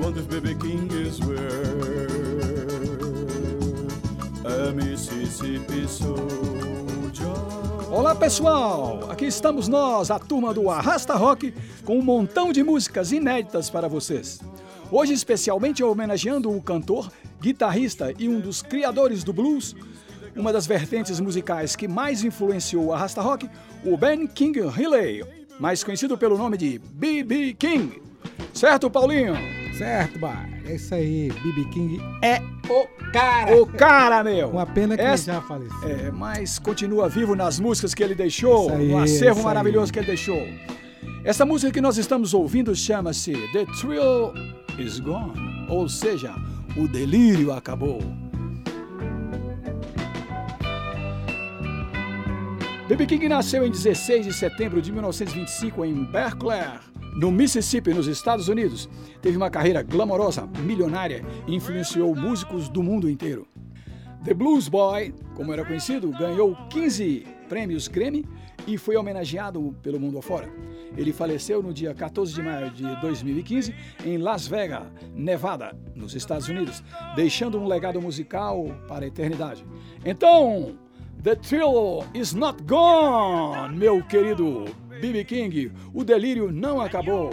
wonder if B.B. King is worth a Mississippi soldier. Olá pessoal, aqui estamos nós, a turma do Arrasta Rock, com um montão de músicas inéditas para vocês. Hoje especialmente homenageando o cantor, guitarrista e um dos criadores do blues, uma das vertentes musicais que mais influenciou o Arrasta Rock, o Ben King Haley, mais conhecido pelo nome de B.B. King. Certo, Paulinho? Certo, Bar. É isso aí. B.B. King é o cara. O cara, meu. Uma pena que ele já faleceu. Mas continua vivo nas músicas que ele deixou, aí, no acervo maravilhoso que ele deixou. Essa música que nós estamos ouvindo chama-se The Thrill Is Gone, ou seja, o delírio acabou. B.B. King nasceu em 16 de setembro de 1925 em Berkeley, no Mississippi, nos Estados Unidos. Teve uma carreira glamourosa, milionária e influenciou músicos do mundo inteiro. The Blues Boy, como era conhecido, ganhou 15 prêmios Grammy e foi homenageado pelo mundo afora. Ele faleceu no dia 14 de maio de 2015 em Las Vegas, Nevada, nos Estados Unidos, deixando um legado musical para a eternidade. Então, The Thrill is not gone, meu querido B.B. King. O delírio não acabou.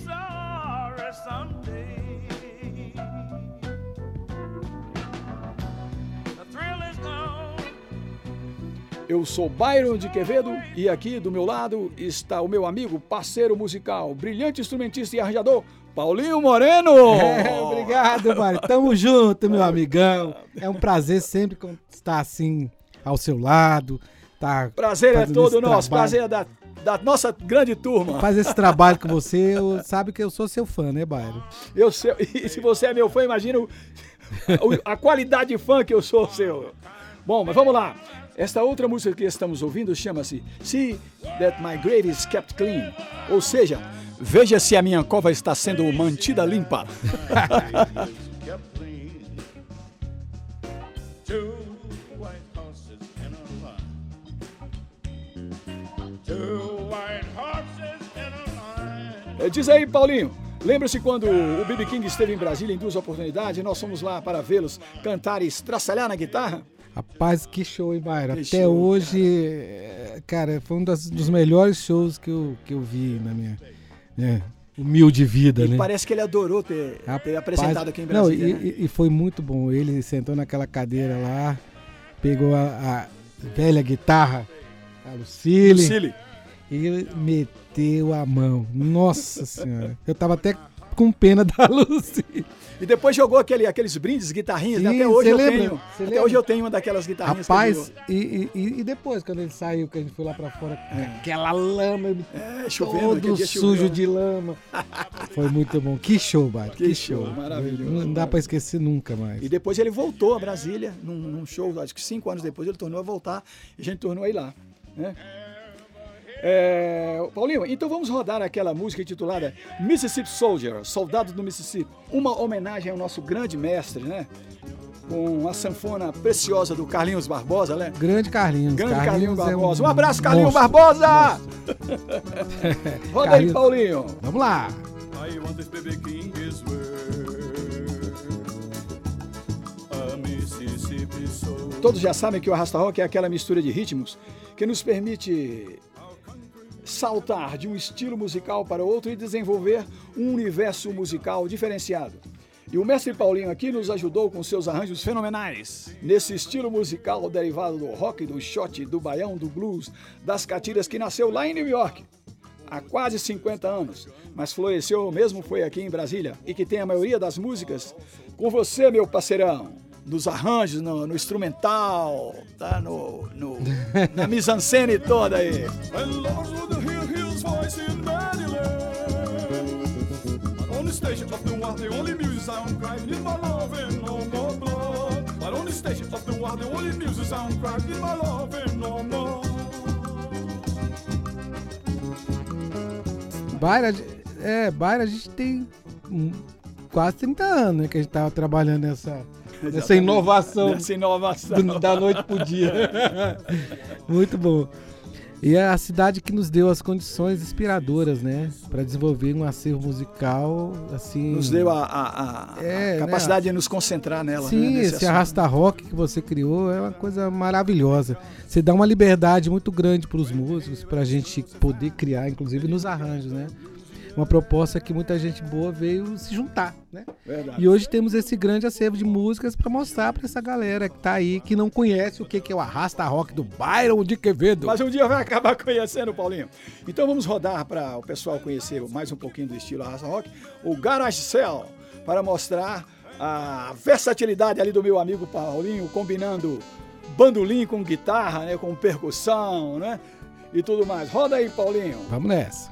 Eu sou Byron de Quevedo e aqui do meu lado está o meu amigo, parceiro musical, brilhante instrumentista e arranjador, Paulinho Moreno. Obrigado, Mário. Tamo junto, meu amigão. É um prazer sempre estar assim ao seu lado. Prazer é todo nosso, prazer é da nossa grande turma. Fazer esse trabalho com você, sabe que eu sou seu fã, né, Byron? Eu sei, e se você é meu fã, imagina a qualidade de fã que eu sou seu. Bom, mas vamos lá. Esta outra música que estamos ouvindo chama-se See That My Grave Is Kept Clean, ou seja, veja se a minha cova está sendo mantida limpa. Diz aí, Paulinho, lembra-se quando o B.B. King esteve em Brasília em 2 oportunidades e nós fomos lá para vê-los cantar e estraçalhar na guitarra? Rapaz, que show, hein, Byron? Até hoje, cara, foi um dos melhores shows que eu vi na minha humilde vida, né? Parece que ele adorou ter apresentado aqui em Brasília. Não, e foi muito bom. Ele sentou naquela cadeira lá, pegou a velha guitarra, a Lucille, e meteu a mão. Nossa Senhora, eu tava até com pena da Lucille. E depois jogou aqueles brindes, guitarrinhas, sim, até hoje eu lembra? tenho. Até hoje eu tenho uma daquelas guitarrinhas. Rapaz, e depois, quando ele saiu, que a gente foi lá pra fora, aquela lama, chovendo, todo sujo de lama. Foi muito bom. Que show, Byron. Que show, maravilhoso. Não dá pra esquecer nunca mais. E depois ele voltou a Brasília, num show, acho que 5 anos depois ele tornou a voltar, e a gente tornou a ir lá, né? Paulinho, então vamos rodar aquela música intitulada Mississippi Soldier, Soldado do Mississippi, uma homenagem ao nosso grande mestre, né? Com a sanfona preciosa do Carlinhos Barbosa, né? Grande Carlinhos. Carlinhos Barbosa. Um abraço, Carlinhos Barbosa! Roda aí, Paulinho. Vamos lá. Todos já sabem que o Arrasta Rock é aquela mistura de ritmos que nos permite saltar de um estilo musical para outro e desenvolver um universo musical diferenciado. E o mestre Paulinho aqui nos ajudou com seus arranjos fenomenais nesse estilo musical derivado do rock, do shot, do baião, do blues, das catiras, que nasceu lá em New York há quase 50 anos, mas floresceu mesmo foi aqui em Brasília, e que tem a maioria das músicas com você, meu parceirão, nos arranjos, no instrumental, tá? Na mise-en-scène toda aí. Byron, a gente tem quase 30 anos, né, que a gente tava trabalhando nessa inovação. Da noite pro dia. Muito bom. E é a cidade que nos deu as condições inspiradoras, né? Para desenvolver um acervo musical, assim... Nos deu a capacidade, né, de nos concentrar nela. Sim, né, esse Arrasta Rock que você criou é uma coisa maravilhosa. Você dá uma liberdade muito grande para os músicos, para a gente poder criar, inclusive nos arranjos, né? Uma proposta que muita gente boa veio se juntar, né? Verdade. E hoje temos esse grande acervo de músicas para mostrar para essa galera que tá aí, que não conhece o que é o Arrasta Rock do Byron de Quevedo. Mas um dia vai acabar conhecendo, Paulinho. Então vamos rodar para o pessoal conhecer mais um pouquinho do estilo Arrasta Rock, o Garage Cell, para mostrar a versatilidade ali do meu amigo Paulinho, combinando bandolim com guitarra, né, com percussão, né, e tudo mais. Roda aí, Paulinho. Vamos nessa.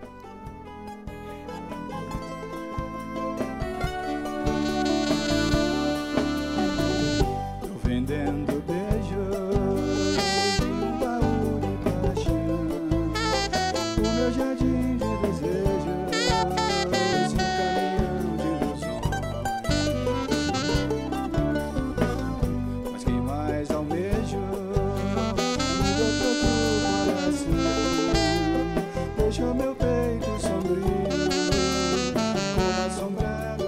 Vendendo beijos e um baú de paixão, o meu jardim de desejos e um caminhão de ilusões. Mas quem mais almejo mudou todo o coração, deixou meu peito sombrio como a sombra do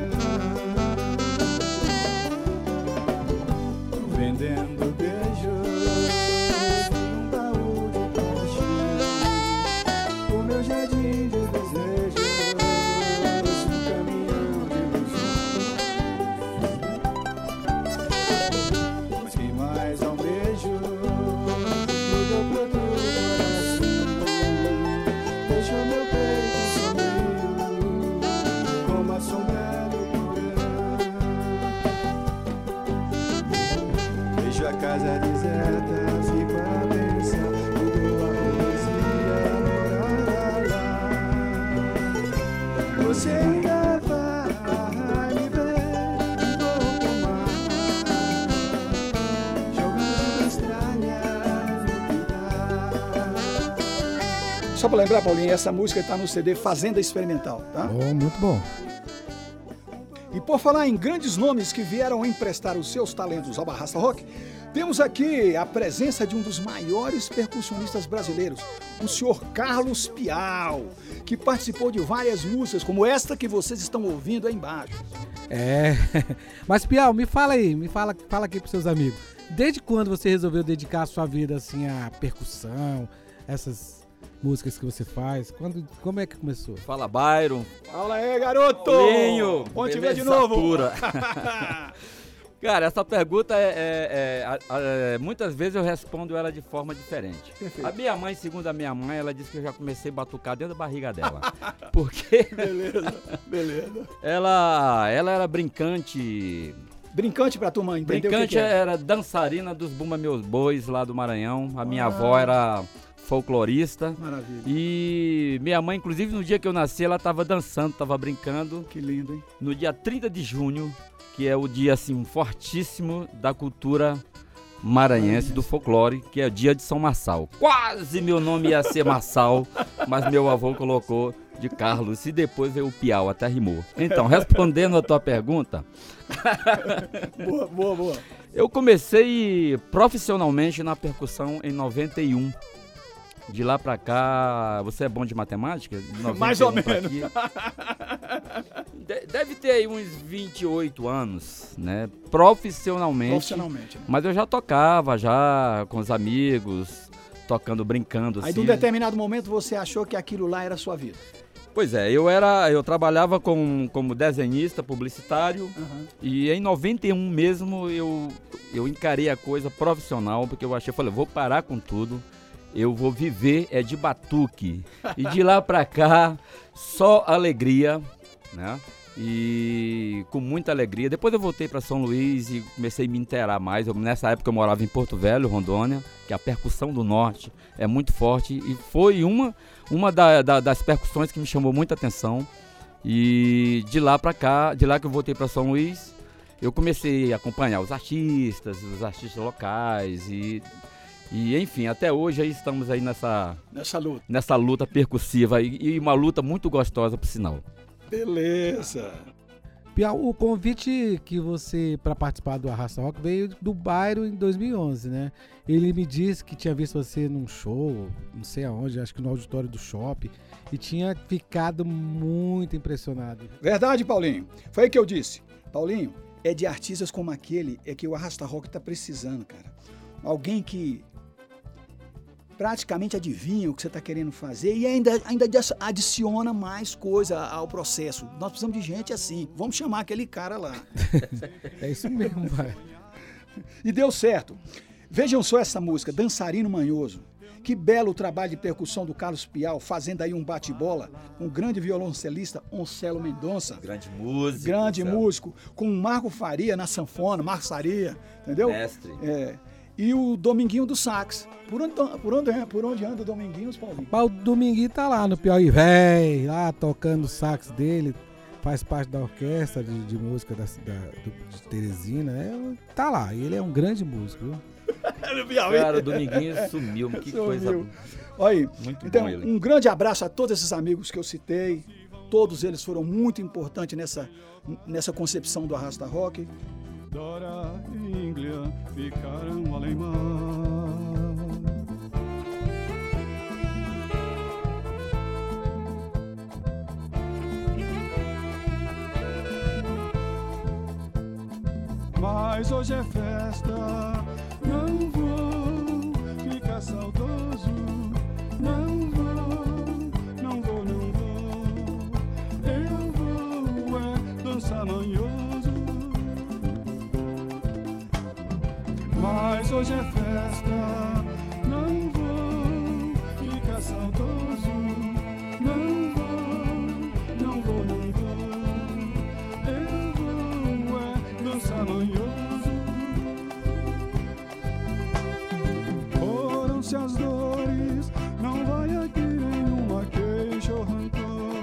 vendendo beijos e um baú de paixão, o meu jardim de desejos, um caminhão de ilusões. Mas quem mais almejo mudou pro outro coração, deixou meu peito sombrio como a sombra do vejo a casa deserta, fico a pensar no meu arroz e a morada lá. Você ainda vai me ver um pouco mais, jogando estranhas no quintal. Só para lembrar, Paulinho, essa música está no CD Fazenda Experimental, tá? Oh, muito bom. E por falar em grandes nomes que vieram emprestar os seus talentos ao Arrasta Rock, temos aqui a presença de um dos maiores percussionistas brasileiros, o senhor Carlos Pial, que participou de várias músicas, como esta que vocês estão ouvindo aí embaixo. Mas Pial, me fala aí, fala aqui pros seus amigos. Desde quando você resolveu dedicar a sua vida assim à percussão, essas músicas que você faz? Como é que começou? Fala, Byron. Fala aí, garoto! Paulinho! Onde tiver de novo? Cara, essa pergunta muitas vezes eu respondo ela de forma diferente. Perfeito. A minha mãe, segundo a minha mãe, ela disse que eu já comecei a batucar dentro da barriga dela. Porque Beleza. ela era brincante. Brincante pra turma entender Brincante o que é. era dançarina dos Bumba Meus Bois lá do Maranhão. A minha avó era folclorista. Maravilha. E minha mãe, inclusive, no dia que eu nasci, ela estava dançando, estava brincando. Que lindo, hein? No dia 30 de junho, que é o dia, assim, fortíssimo da cultura maranhense, do folclore, que é o dia de São Marçal. Quase meu nome ia ser Marçal, mas meu avô colocou de Carlos e depois veio o Piau, até rimou. Então, respondendo a tua pergunta... Boa. Eu comecei profissionalmente na percussão em 91. De lá pra cá, você é bom de matemática? Mais ou menos. Deve ter aí uns 28 anos, né? Profissionalmente. Né? Mas eu já tocava, já com os amigos, tocando, brincando. Aí, assim. de um determinado momento, você achou que aquilo lá era a sua vida. Pois é, eu trabalhava como desenhista publicitário. E em 91 mesmo eu encarei a coisa profissional, porque eu falei, vou parar com tudo. Eu vou viver de batuque. E de lá pra cá, só alegria, né? E com muita alegria. Depois eu voltei para São Luís e comecei a me inteirar mais. Nessa época eu morava em Porto Velho, Rondônia, que a percussão do norte é muito forte. E foi uma das percussões que me chamou muita atenção. E de lá pra cá, de lá que eu voltei para São Luís, eu comecei a acompanhar os artistas locais e enfim, até hoje aí estamos aí nessa luta percussiva e uma luta muito gostosa, por sinal. Beleza. O convite que você, para participar do Arrasta Rock, veio do Bairro em 2011, né? Ele me disse que tinha visto você num show, não sei aonde, acho que no auditório do Shopping, e tinha ficado muito impressionado. Verdade, Paulinho. Foi aí que eu disse. Paulinho, é de artistas como aquele é que o Arrasta Rock tá precisando, cara. Alguém que praticamente adivinha o que você está querendo fazer e ainda adiciona mais coisa ao processo. Nós precisamos de gente assim. Vamos chamar aquele cara lá. É isso mesmo, vai. E deu certo. Vejam só essa música, Dançarino Manhoso. Que belo trabalho de percussão do Carlos Pial, fazendo aí um bate-bola com o grande violoncelista Oncelo Mendonça. Grande músico. Grande músico. Com o Marco Faria na sanfona, Marco Faria, entendeu? Mestre. E o Dominguinho do sax. Por onde anda o Dominguinho, Paulinho? Mas o Dominguinho tá lá no Piauí, véi, lá tocando o sax dele, faz parte da orquestra de música de Teresina, né? Tá lá, e ele é um grande músico, viu? Cara, o Dominguinho sumiu, que coisa. Olha aí, muito então, bom ele. Um grande abraço a todos esses amigos que eu citei. Todos eles foram muito importantes nessa concepção do Arrasta Rock. Dora e Inglia ficaram alemãs. Mas hoje é festa, não vou ficar saudoso, não vou, não vou, não vou. Eu vou dançar manhoso. Mas hoje é festa, não vou ficar saudoso, não vou, não vou, não vou. Eu vou dançar manhoso. Foram-se as dores, não vai aqui nenhuma queixa ou rancor.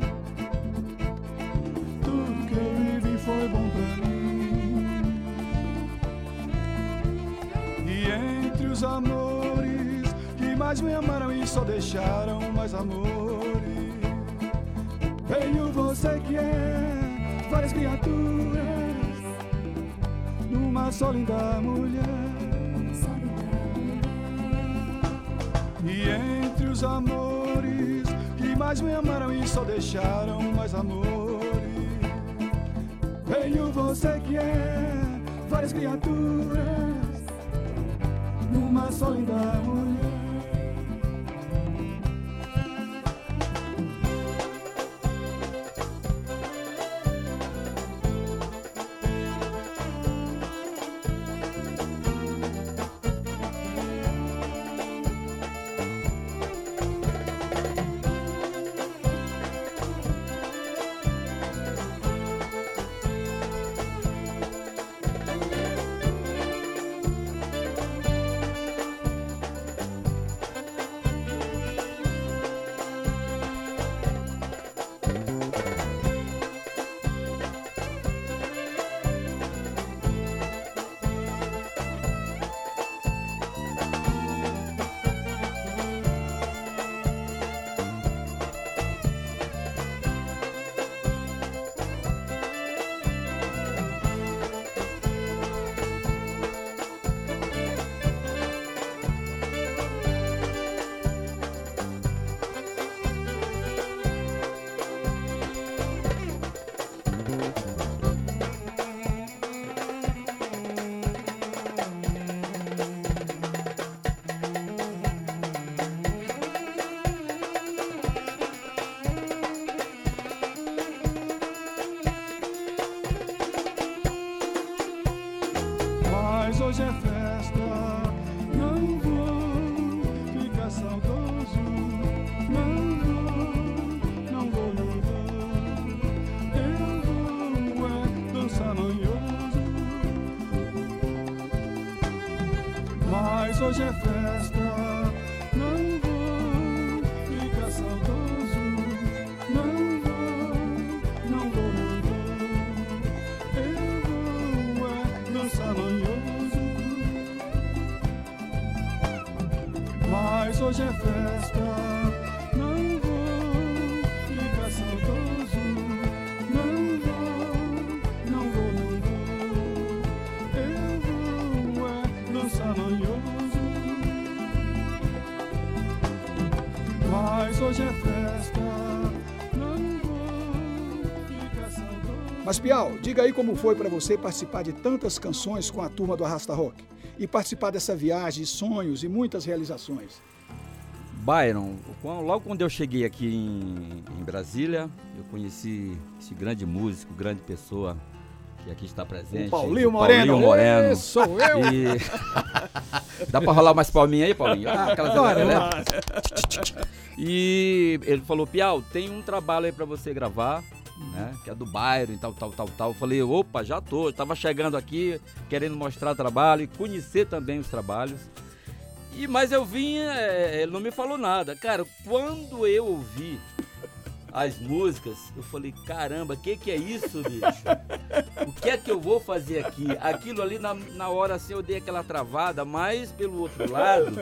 Tudo que eu vivi foi bom pra mim. Entre os amores que mais me amaram e só deixaram mais amores, veio você que é várias criaturas numa só linda mulher. E entre os amores que mais me amaram e só deixaram mais amores, veio você que é várias criaturas numa só linda mulher. Mas hoje é festa, não vou ficar saudoso, não vou, não vou, não vou. Eu vou dançar manhoso. Mas hoje é festa, não vou ficar saudoso, não vou, não vou, não vou. Eu vou dançar manhoso. Mas hoje é festa, não vou ficar saudoso, não vou, hoje é festa, não vou ficar saudoso. Mas, Piau, diga aí como foi para você participar de tantas canções com a turma do Arrasta Rock e participar dessa viagem, sonhos e muitas realizações. Byron, logo quando eu cheguei aqui em Brasília, eu conheci esse grande músico, grande pessoa que aqui está presente. O Paulinho Moreno. Paulinho Moreno. Sou eu. E... Dá pra rolar mais palminha aí, Paulinho? E ele falou, Piau, tem um trabalho aí pra você gravar, né? Que é do Byron e tal. Eu falei, opa, já tô. Tava chegando aqui, querendo mostrar o trabalho e conhecer também os trabalhos. Mas eu vinha, ele não me falou nada. Cara, quando eu ouvi as músicas, eu falei, caramba, que é isso, bicho? O que é que eu vou fazer aqui? Aquilo ali, na hora assim, eu dei aquela travada, mas pelo outro lado,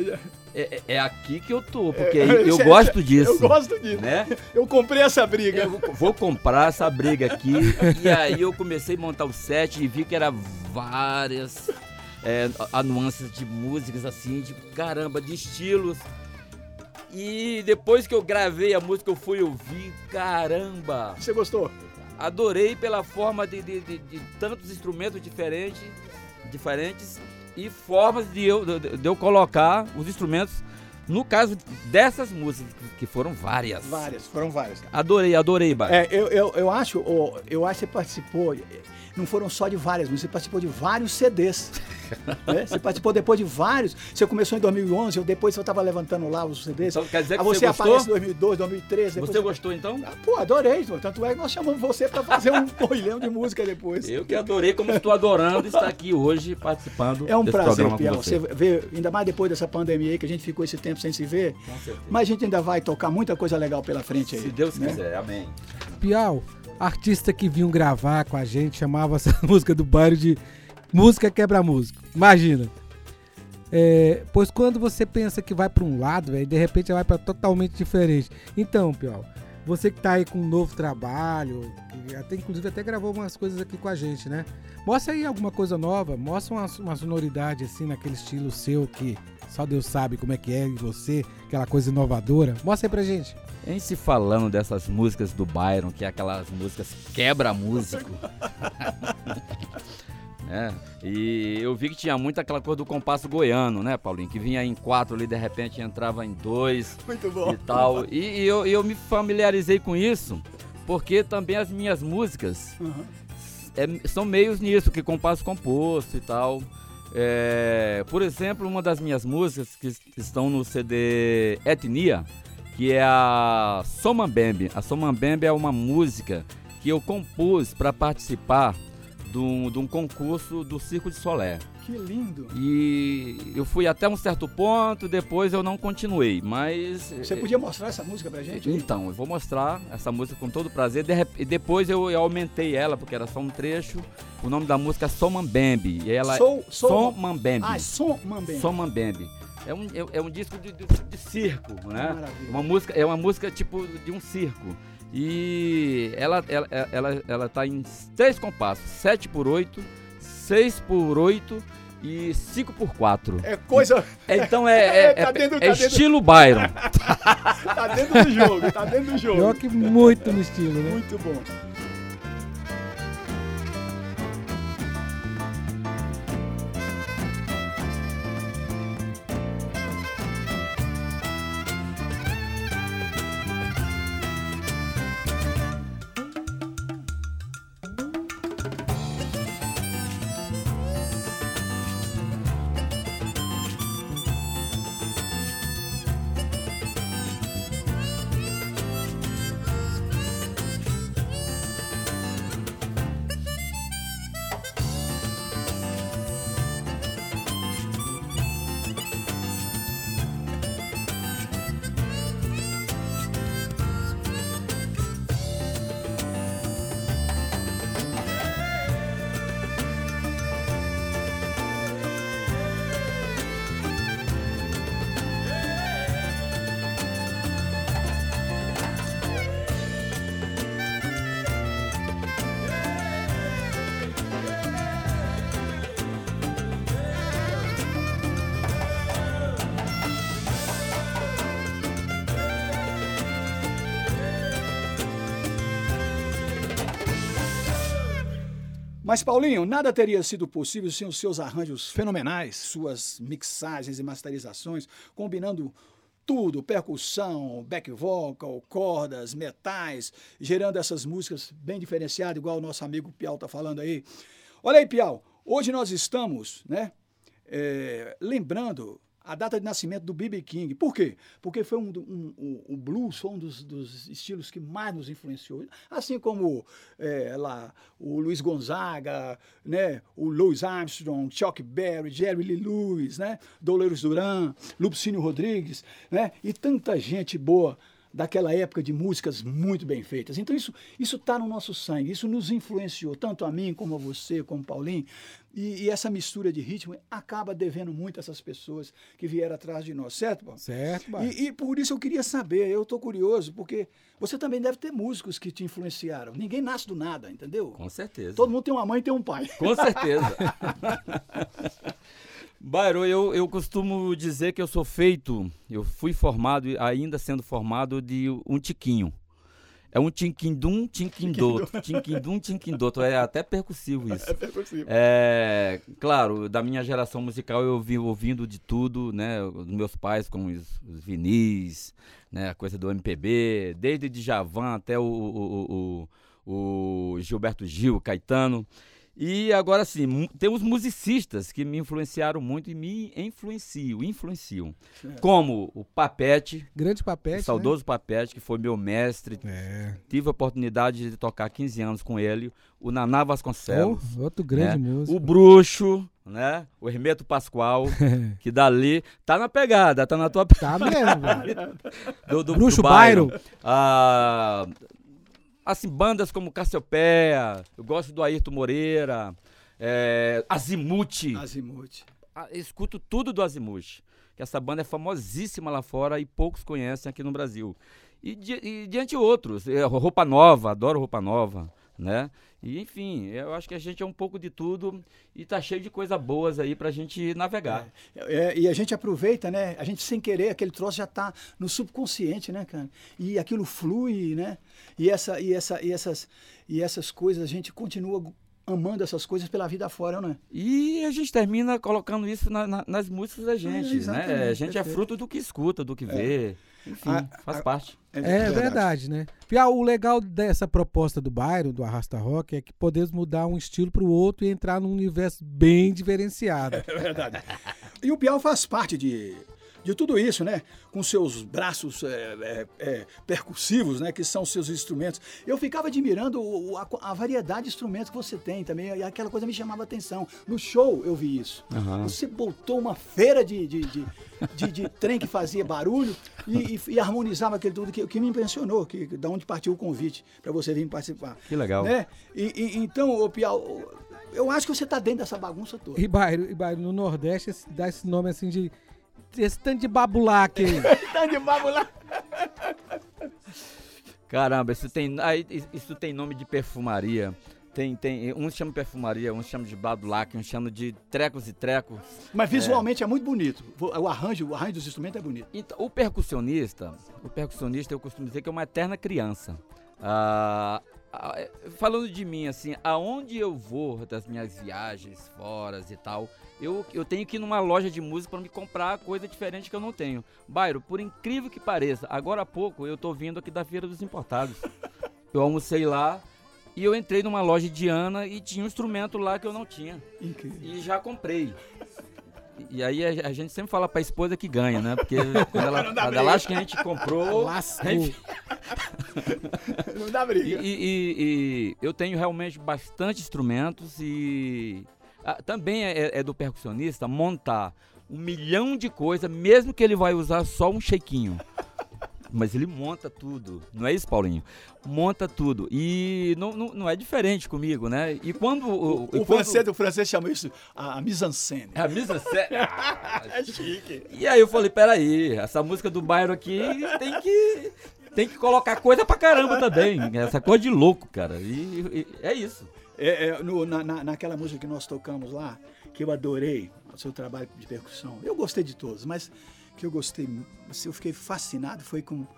é aqui que eu tô, porque eu gosto disso. Eu gosto disso, né? Eu comprei essa briga. Eu vou comprar essa briga aqui, e aí eu comecei a montar o set e vi que era várias... nuances de músicas assim, de caramba, de estilos. E depois que eu gravei a música, eu fui ouvir, caramba! Você gostou? Adorei pela forma de tantos instrumentos diferentes e formas de eu colocar os instrumentos, no caso dessas músicas, que foram várias. Foram várias. Adorei, Bar. Eu acho que você participou... Não foram só de várias, mas você participou de vários CDs. Né? Você participou depois de vários. Você começou em 2011, depois eu estava levantando lá os CDs. Então, quer dizer que você gostou? Aparece em 2002, 2013. Você gostou então? Adorei. Tanto é que nós chamamos você para fazer um porrilhão de música depois. Eu que adorei, como estou adorando estar aqui hoje participando É um desse prazer, programa Piau. com você. Você vê, ainda mais depois dessa pandemia aí, que a gente ficou esse tempo sem se ver. Com certeza. Mas a gente ainda vai tocar muita coisa legal pela frente aí. Se Deus né? quiser, amém. Piau, artista que vinham gravar com a gente, chamava essa música do bairro de música quebra-música. Imagina. Pois quando você pensa que vai para um lado, de repente vai para totalmente diferente. Então, Piau, você que tá aí com um novo trabalho, inclusive até gravou umas coisas aqui com a gente, né? Mostra aí alguma coisa nova, mostra uma sonoridade assim, naquele estilo seu que só Deus sabe como é que é, e você, aquela coisa inovadora. Mostra aí pra gente. Em se falando dessas músicas do Byron, que é aquelas músicas quebra-músico. E eu vi que tinha muito aquela coisa do compasso goiano, né, Paulinho? Que vinha em 4 ali, de repente entrava em 2. Muito bom. E tal. E eu me familiarizei com isso, porque também as minhas músicas são meios nisso, que compasso composto e tal. Por exemplo, uma das minhas músicas que estão no CD Etnia, que é a Somambembe. A Somambembe é uma música que eu compus para participar de um concurso do Circo de Solé. Que lindo! E eu fui até um certo ponto, depois eu não continuei, mas... Você podia mostrar essa música pra gente? Então, eu vou mostrar essa música com todo prazer, e depois eu aumentei ela, porque era só um trecho. O nome da música é Somambembe, e ela Somambembe. Ah, Somambembe. Somambembe. É um disco de circo, né? Maravilha. É uma música tipo de um circo. E ela tá em 3 compassos, 7/8, 6/8 e 5/4. É coisa... Então tá dentro, estilo Byron. Tá dentro do jogo, tá dentro do jogo. Pior que muito no estilo, né? Muito bom. Mas, Paulinho, nada teria sido possível sem os seus arranjos fenomenais, suas mixagens e masterizações, combinando tudo, percussão, back vocal, cordas, metais, gerando essas músicas bem diferenciadas, igual o nosso amigo Piau está falando aí. Olha aí, Piau, hoje nós estamos, né, lembrando a data de nascimento do B.B. King. Por quê? Porque foi o blues foi um dos estilos que mais nos influenciou. Assim como o Luiz Gonzaga, né? O Louis Armstrong, Chuck Berry, Jerry Lee Lewis, né? Dolores Duran, Lupicínio Rodrigues, né? E tanta gente boa daquela época de músicas muito bem feitas. Então isso está no nosso sangue, isso nos influenciou, tanto a mim como a você, como o Paulinho, e essa mistura de ritmo acaba devendo muito a essas pessoas que vieram atrás de nós, certo, Paulo? Certo, Bairro. E por isso eu queria saber, eu estou curioso, porque você também deve ter músicos que te influenciaram. Ninguém nasce do nada, entendeu? Com certeza. Todo mundo tem uma mãe e tem um pai. Com certeza. Bairro, eu costumo dizer que eu fui formado, ainda sendo formado, de um tiquinho. É um tinquindum, tinquindoto, tinquindum, tinquindoto, é até percussivo isso. É percussivo. Claro, da minha geração musical eu vim ouvindo de tudo, né, os meus pais com os vinis, né, a coisa do MPB, desde Djavan até o Gilberto Gil, Caetano. E agora sim, temos musicistas que me influenciaram muito e me influenciam. Como o Papete. Grande Papete, o saudoso, né? Papete, que foi meu mestre. Tive a oportunidade de tocar 15 anos com ele. O Naná Vasconcelos. Outro grande músico. O Bruxo, né? O Hermeto Pascoal, que dali tá na pegada, tá na tua pegada. Tá mesmo. do Bruxo Byron. Assim, bandas como Cassiopeia, eu gosto do Ayrton Moreira, Azimuth. Escuto tudo do Azimuth, que essa banda é famosíssima lá fora e poucos conhecem aqui no Brasil. E diante outros, Roupa Nova, adoro Roupa Nova, né? E enfim, eu acho que a gente é um pouco de tudo e tá cheio de coisas boas aí pra gente navegar. E a gente aproveita, né? A gente sem querer, aquele troço já tá no subconsciente, né, cara? E aquilo flui, né? E essas coisas, a gente continua amando essas coisas pela vida fora, né? E a gente termina colocando isso nas músicas da gente, né? A gente é fruto do que escuta, do que vê. Enfim, faz parte. É verdade, né? Piau, o legal dessa proposta do Byron, do Arrasta Rock, é que podemos mudar um estilo para o outro e entrar num universo bem diferenciado. É verdade. E o Piau faz parte de tudo isso, né? Com seus braços percussivos, né? Que são seus instrumentos. Eu ficava admirando a variedade de instrumentos que você tem também. E aquela coisa me chamava a atenção. No show eu vi isso. Uhum. Você botou uma feira de trem que fazia barulho e harmonizava aquele tudo que me impressionou, da onde partiu o convite para você vir participar. Que legal. Né? Então, Piau, eu acho que você está dentro dessa bagunça toda. E Byron, no Nordeste dá esse nome assim de... Esse tanto de babulaque aí. Tanto de babulaque. Caramba, isso tem nome de perfumaria. Uns chamam de perfumaria, uns chamam de babulaque, uns chamam de trecos e trecos. Mas visualmente é muito bonito. O arranjo dos instrumentos é bonito. Então, o percussionista, eu costumo dizer que é uma eterna criança. Falando de mim, assim, aonde eu vou das minhas viagens fora e tal, eu tenho que ir numa loja de música para me comprar coisa diferente que eu não tenho. Bairro, por incrível que pareça, agora há pouco eu tô vindo aqui da Feira dos Importados. Eu almocei lá e eu entrei numa loja indiana e tinha um instrumento lá que eu não tinha. Incrível. E já comprei. E aí a gente sempre fala pra esposa que ganha, né? Porque quando ela acha que a gente comprou... Não dá briga. E eu tenho realmente bastante instrumentos e... também é do percussionista montar 1 milhão de coisas, mesmo que ele vai usar só um shakinho. Mas ele monta tudo, não é isso, Paulinho? Monta tudo. E não é diferente comigo, né? E quando... O francês chama isso a mise-en-scène. É a mise-en-scène. É chique. E aí eu falei, peraí, essa música do Byron aqui tem que colocar coisa pra caramba também. Essa coisa de louco, cara. E é isso. Naquela música que nós tocamos lá, que eu adorei, o seu trabalho de percussão. Eu gostei de todos, mas que eu gostei, eu fiquei fascinado, foi com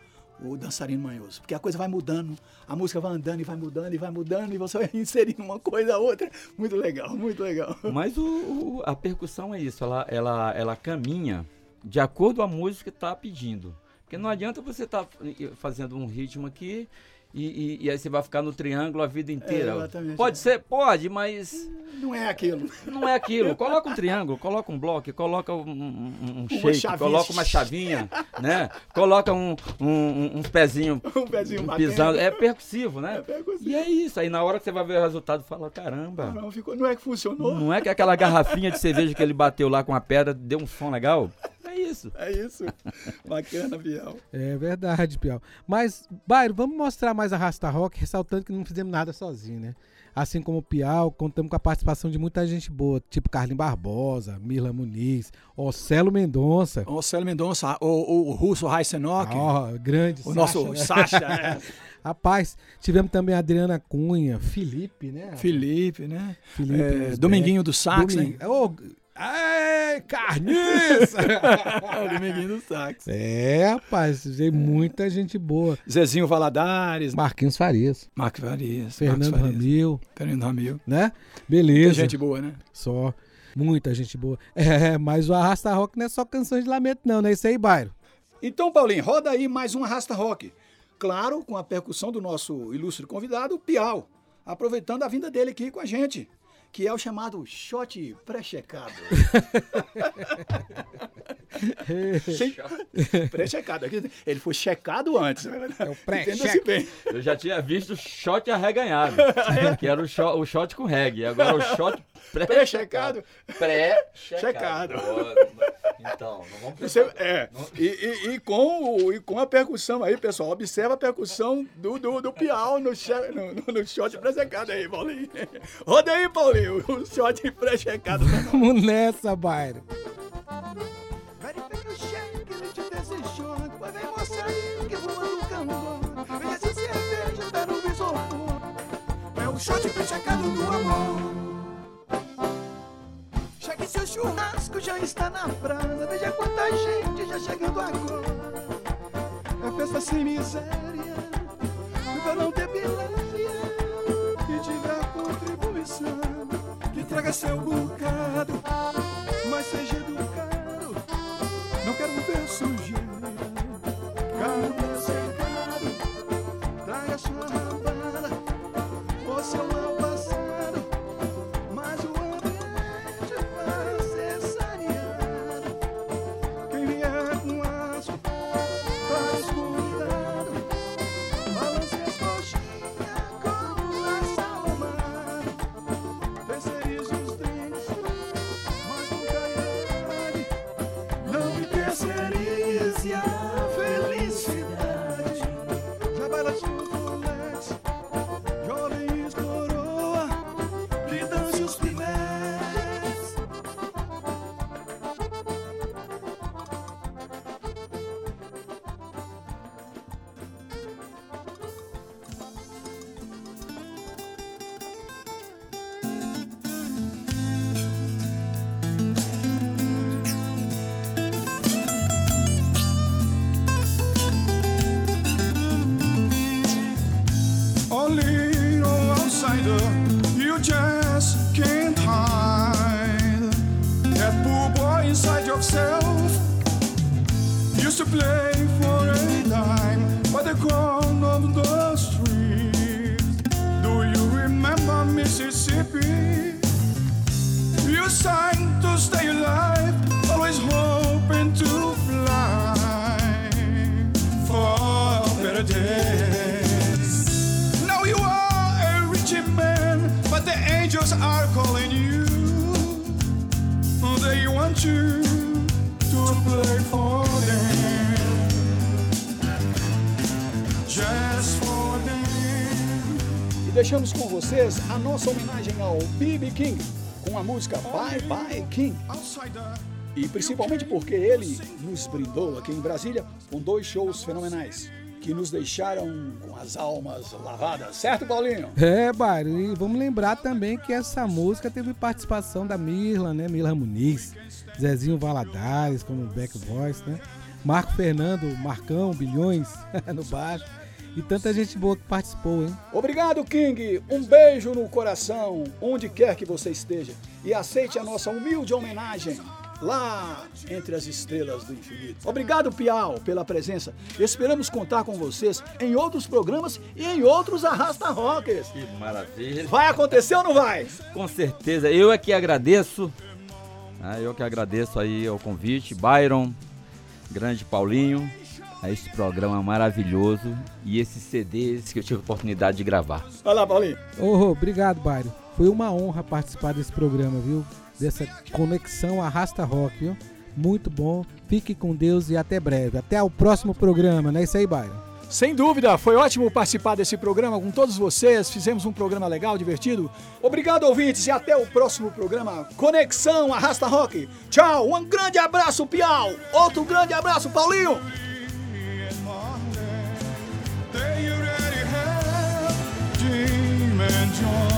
o dançarino manhoso. Porque a coisa vai mudando, a música vai andando e vai mudando e vai mudando, e você vai inserindo uma coisa a outra. Muito legal, muito legal. Mas a percussão é isso, ela caminha de acordo com a música que está pedindo. Porque não adianta você estar fazendo um ritmo aqui e aí você vai ficar no triângulo a vida inteira. Exatamente. Pode ser? Pode, mas... Não é aquilo. Não é aquilo. Coloca um triângulo, coloca um bloco, coloca um shake, coloca uma chavinha, né? Coloca uns pezinhos pisando. É percussivo, né? É percussivo. E é isso. Aí na hora que você vai ver o resultado, fala, caramba. Não é que funcionou. Não é que aquela garrafinha de cerveja que ele bateu lá com a pedra deu um som legal? É isso. É isso. Bacana, Piau. É verdade, Piau. Mas, Bairro, vamos mostrar mais a Rasta Rock, ressaltando que não fizemos nada sozinho, né? Assim como o Piau, contamos com a participação de muita gente boa, tipo Carlinhos Barbosa, Mirla Muniz, Ocelo Mendonça. O russo Raisenok. Grande o nosso Sacha, né? Rapaz, tivemos também a Adriana Cunha, Felipe, né? Felipe, Dominguinho do Sax, né? Ai, carniça! Dominguinho do Sax. Rapaz, tem muita gente boa. Zezinho Valadares. Marquinhos Farias. Fernando Ramil. Né? Beleza. Muita gente boa, né? Só. Muita gente boa. Mas o Arrasta Rock não é só canções de lamento, não é isso aí, Bairro? Então, Paulinho, roda aí mais um Arrasta Rock. Claro, com a percussão do nosso ilustre convidado, o Piau. Aproveitando a vinda dele aqui com a gente. Que é o chamado shot pré-checado. Pré-checado. Ele foi checado antes. É o pré-check. Eu já tinha visto shot arreganhado, que era o shot com reggae. Agora o shot pré-checado. Pré-checado. Então, não vamos pensar. E com a percussão aí, pessoal. Observa a percussão do Piau no shot pré-checado aí, Paulinho. Roda aí, Paulinho. O shot pré-checado. Vamos nessa, Bairro. Verifica o cheque, ele te desejou. Mas vem mostrar aí que voa no cambô. Vem essa cerveja, tá no visor. É o shot pré-checado do amor. Chegue seu churrasco, já está na brasa. Veja quanta gente já chegando agora. É festa sem miséria, pra não ter piléria. Que tiver contribuição, que traga seu bocado, mas seja educado. Não quero ver sujeira. Carne secado, traga sua rabada, ou seu mal passado, mas o ambiente vai ser saneado. Quem vier com aço, faz cuidado, balance as coxinhas como a salomada. Terceirize os dentes, mas com caiade. Não me terceirize a felicidade. Já baila junto, Lex, jovens coroa, que dance os pimetes. A little outsider, you just can't hide that poor boy inside yourself. Used to play for a dime by the corner of the street. Do you remember Mississippi? You sang to stay alive, always hoping to fly for better days. Now you are a rich man, but the angels are calling you. They want you to play for them, just for them. E deixamos com vocês a nossa homenagem ao B.B. King com a música Bye Bye King. E principalmente porque ele nos brindou aqui em Brasília com 2 shows fenomenais que nos deixaram com as almas lavadas, certo, Paulinho? Bairro, e vamos lembrar também que essa música teve participação da Mirla, né? Mirla Muniz, Zezinho Valadares como back voice, né? Marco Fernando, Marcão, Bilhões no baixo. E tanta gente boa que participou, hein? Obrigado, King. Um beijo no coração, onde quer que você esteja. E aceite a nossa humilde homenagem lá entre as estrelas do infinito. Obrigado, Piau, pela presença. Esperamos contar com vocês em outros programas e em outros Arrasta Rockers. Que maravilha. Vai acontecer ou não vai? Com certeza. Eu é que agradeço. Eu que agradeço aí o convite. Byron, grande Paulinho, a esse programa maravilhoso e esses CDs que eu tive a oportunidade de gravar. Vai lá, Paulinho. Obrigado, Byron. Foi uma honra participar desse programa, viu? Dessa conexão Arrasta Rock, viu? Muito bom. Fique com Deus e até breve. Até o próximo programa, não é isso aí, Byron? Sem dúvida, foi ótimo participar desse programa com todos vocês. Fizemos um programa legal, divertido. Obrigado, ouvintes, e até o próximo programa Conexão Arrasta Rock. Tchau, um grande abraço, Piau. Outro grande abraço, Paulinho. Dream and joy.